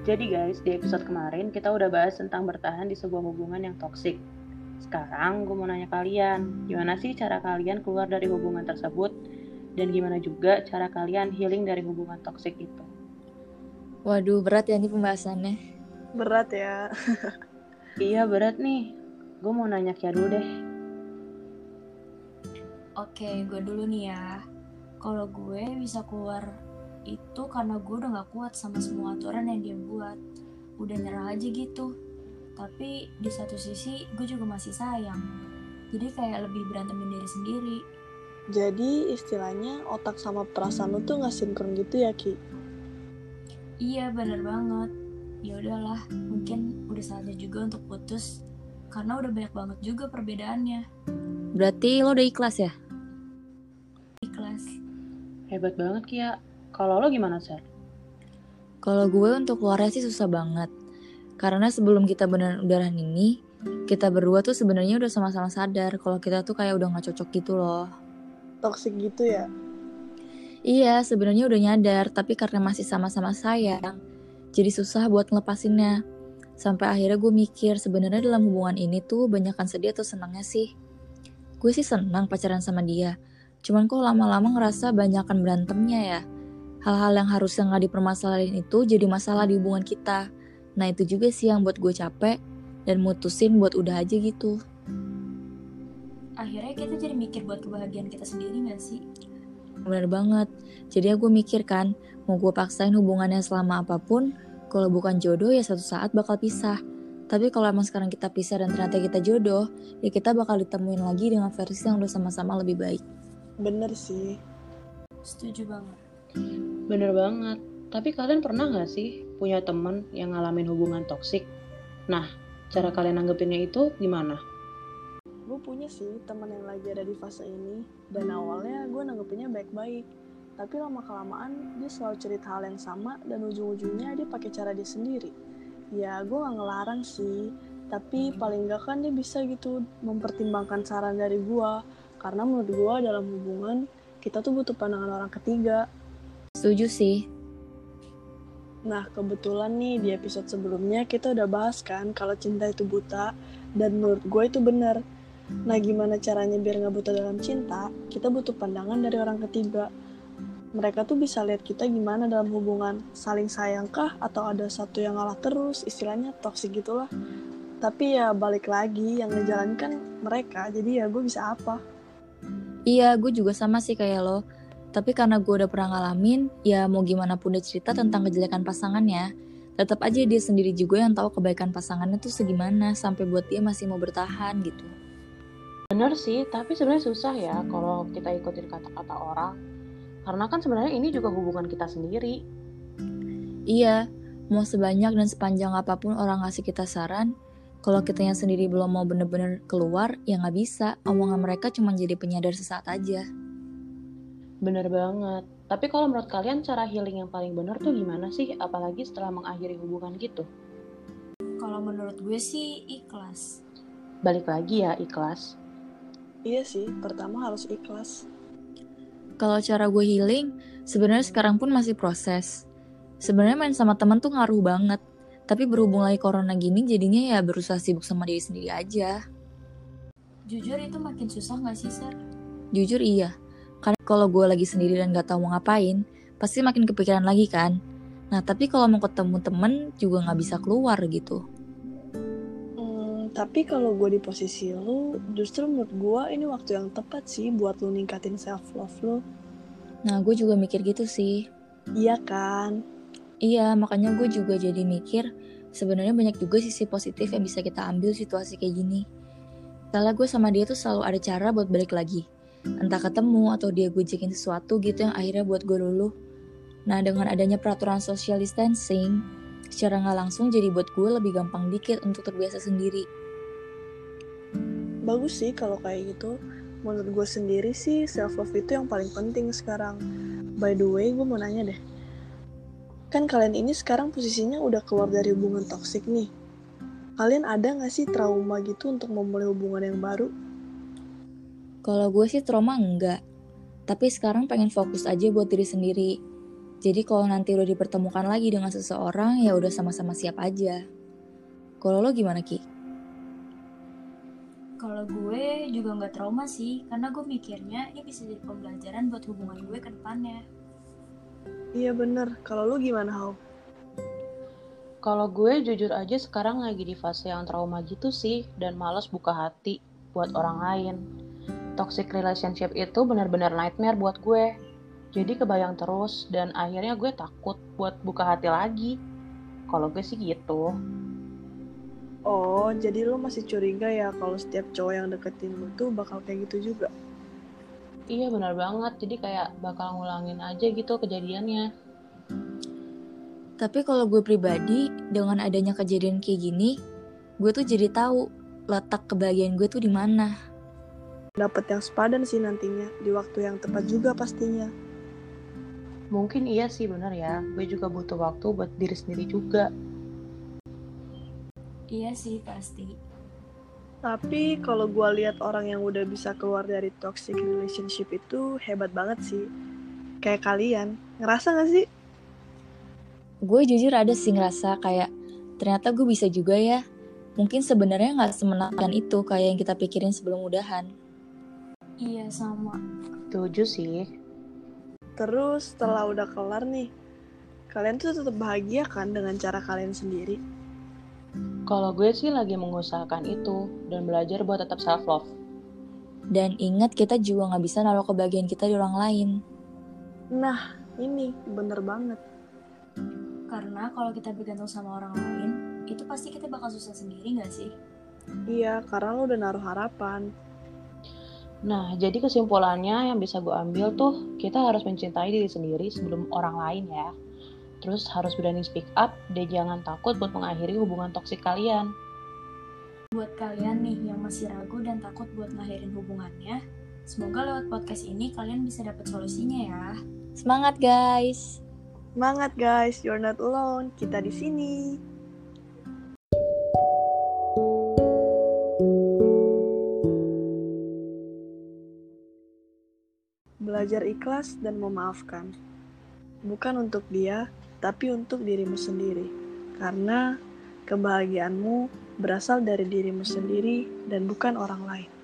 Jadi guys, di episode kemarin kita udah bahas tentang bertahan di sebuah hubungan yang toksik. Sekarang gue mau nanya kalian, gimana sih cara kalian keluar dari hubungan tersebut? Dan gimana juga cara kalian healing dari hubungan toksik itu? Waduh, berat ya ini pembahasannya. Berat ya. Iya berat nih, gue mau nanya Kia dulu deh. Oke, gue dulu nih ya. Kalau gue bisa keluar itu karena gue udah gak kuat sama semua aturan yang dia buat. Udah nyerah aja gitu. Tapi di satu sisi gue juga masih sayang. Jadi kayak lebih berantemin diri sendiri. Jadi istilahnya otak sama perasaan lu tuh gak sinkron gitu ya, Ki? Iya, bener banget. Ya udahlah, mungkin udah saatnya juga untuk putus. Karena udah banyak banget juga perbedaannya. Berarti lo udah ikhlas ya? Ikhlas. Hebat banget Kia. Kalau lo gimana, Sar? Kalau gue untuk keluarnya sih susah banget. Karena sebelum kita beneran udahan ini, kita berdua tuh sebenarnya udah sama-sama sadar kalau kita tuh kayak udah gak cocok gitu loh. Toksik gitu ya? Iya, sebenarnya udah nyadar, tapi karena masih sama-sama sayang, jadi susah buat ngelepasinnya. Sampai akhirnya gue mikir sebenarnya dalam hubungan ini tuh banyakan sedih atau senangnya sih. Gue sih senang pacaran sama dia, cuman kok lama-lama ngerasa banyakan berantemnya ya. Hal-hal yang harusnya gak dipermasalahin itu jadi masalah di hubungan kita. Nah itu juga sih yang buat gue capek dan mutusin buat udah aja gitu. Akhirnya kita jadi mikir buat kebahagiaan kita sendiri gak sih? Bener banget. Jadi gue mikir kan, mau gue paksain hubungannya selama apapun, kalau bukan jodoh ya suatu saat bakal pisah. Tapi kalau emang sekarang kita pisah dan ternyata kita jodoh, ya kita bakal ditemuin lagi dengan versi yang udah sama-sama lebih baik. Bener sih. Setuju banget. Bener banget. Tapi kalian pernah gak sih punya teman yang ngalamin hubungan toksik? Nah, cara kalian nanggepinnya itu gimana? Gue punya sih teman yang lagi ada di fase ini, dan awalnya gue nanggepinnya baik-baik. Tapi lama-kelamaan dia selalu cerita hal yang sama dan ujung-ujungnya dia pakai cara dia sendiri. Ya gue gak ngelarang sih, tapi paling gak kan dia bisa gitu mempertimbangkan saran dari gue. Karena menurut gue dalam hubungan kita tuh butuh pandangan orang ketiga. Setuju sih. Nah kebetulan nih di episode sebelumnya kita udah bahas kan kalau cinta itu buta, dan menurut gue itu benar. Nah gimana caranya biar gak buta dalam cinta? Kita butuh pandangan dari orang ketiga. Mereka tuh bisa lihat kita gimana dalam hubungan, saling sayangkah atau ada satu yang ngalah terus, istilahnya toksik gitulah. Tapi ya balik lagi yang ngejalankan mereka, jadi ya gue bisa apa? Iya, gue juga sama sih kayak lo. Tapi karena gue udah pernah ngalamin, ya mau gimana pun dia cerita tentang kejelekan pasangannya, tetap aja dia sendiri juga yang tahu kebaikan pasangannya tuh segimana sampai buat dia masih mau bertahan gitu. Bener sih, tapi sebenarnya susah ya kalau kita ikutin kata-kata orang. Karena kan sebenarnya ini juga hubungan kita sendiri. Iya, mau sebanyak dan sepanjang apapun orang ngasih kita saran, kalau kitanya sendiri belum mau bener-bener keluar, ya gak bisa. Omongan mereka cuma jadi penyadar sesaat aja. Bener banget. Tapi kalau menurut kalian cara healing yang paling bener tuh gimana sih? Apalagi setelah mengakhiri hubungan gitu. Kalau menurut gue sih ikhlas. Balik lagi ya, ikhlas. Iya sih, pertama harus ikhlas. Kalau cara gue healing, sebenarnya sekarang pun masih proses. Sebenarnya main sama teman tuh ngaruh banget. Tapi berhubung lagi corona gini, jadinya ya berusaha sibuk sama diri sendiri aja. Jujur itu makin susah gak sih, Sar? Jujur iya. Karena kalau gue lagi sendiri dan gak tahu mau ngapain, pasti makin kepikiran lagi kan. Nah tapi kalau mau ketemu temen juga gak bisa keluar gitu. Tapi kalau gue di posisi lu, justru menurut gue ini waktu yang tepat sih buat lu ningkatin self-love lu. Nah gue juga mikir gitu sih. Iya kan? Iya, makanya gue juga jadi mikir sebenarnya banyak juga sisi positif yang bisa kita ambil situasi kayak gini. Misalnya gue sama dia tuh selalu ada cara buat balik lagi. Entah ketemu atau dia gojekin sesuatu gitu yang akhirnya buat gue luluh. Nah dengan adanya peraturan social distancing, secara gak langsung jadi buat gue lebih gampang dikit untuk terbiasa sendiri. Bagus sih kalau kayak gitu. Menurut gue sendiri sih self-love itu yang paling penting sekarang. By the way, gue mau nanya deh. Kan kalian ini sekarang posisinya udah keluar dari hubungan toksik nih. Kalian ada gak sih trauma gitu untuk memulai hubungan yang baru? Kalau gue sih trauma enggak. Tapi sekarang pengen fokus aja buat diri sendiri. Jadi kalau nanti udah dipertemukan lagi dengan seseorang, ya udah sama-sama siap aja. Kalau lo gimana, Ki? Kalau gue juga nggak trauma sih, karena gue mikirnya ini bisa jadi pembelajaran buat hubungan gue ke depannya. Iya bener, kalau lu gimana, Hau? Kalau gue jujur aja sekarang lagi di fase yang trauma gitu sih, dan malas buka hati buat orang lain. Toxic relationship itu benar-benar nightmare buat gue. Jadi kebayang terus, dan akhirnya gue takut buat buka hati lagi. Kalau gue sih gitu. Oh, jadi lu masih curiga ya kalau setiap cowok yang deketin lu tuh bakal kayak gitu juga? Iya benar banget, jadi kayak bakal ngulangin aja gitu kejadiannya. Tapi kalau gue pribadi, dengan adanya kejadian kayak gini, gue tuh jadi tahu letak kebahagiaan gue tuh di mana. Dapat yang sepadan sih nantinya, di waktu yang tepat juga pastinya. Mungkin iya sih benar ya, gue juga butuh waktu buat diri sendiri juga. Iya sih, pasti. Tapi kalau gue lihat orang yang udah bisa keluar dari toxic relationship itu hebat banget sih. Kayak kalian, ngerasa gak sih? Gue jujur ada sih ngerasa kayak ternyata gue bisa juga ya. Mungkin sebenarnya nggak semenakutkan itu kayak yang kita pikirin sebelum udahan. Iya, sama. Setuju sih. Terus setelah udah kelar nih, kalian tuh tetap bahagia kan dengan cara kalian sendiri? Kalau gue sih lagi mengusahakan itu, dan belajar buat tetap self-love. Dan ingat kita juga nggak bisa naruh kebahagiaan kita di orang lain. Nah, ini bener banget. Karena kalau kita bergantung sama orang lain, itu pasti kita bakal susah sendiri gak sih? Iya, karena lo udah naruh harapan. Nah, jadi kesimpulannya yang bisa gue ambil tuh, kita harus mencintai diri sendiri sebelum orang lain ya. Terus harus berani speak up, dan jangan takut buat mengakhiri hubungan toksik kalian. Buat kalian nih yang masih ragu dan takut buat ngakhirin hubungannya, semoga lewat podcast ini kalian bisa dapat solusinya ya. Semangat guys! Semangat guys, you're not alone. Kita di sini. Belajar ikhlas dan memaafkan. Bukan untuk dia, tapi untuk dirimu sendiri. Karena kebahagiaanmu berasal dari dirimu sendiri dan bukan orang lain.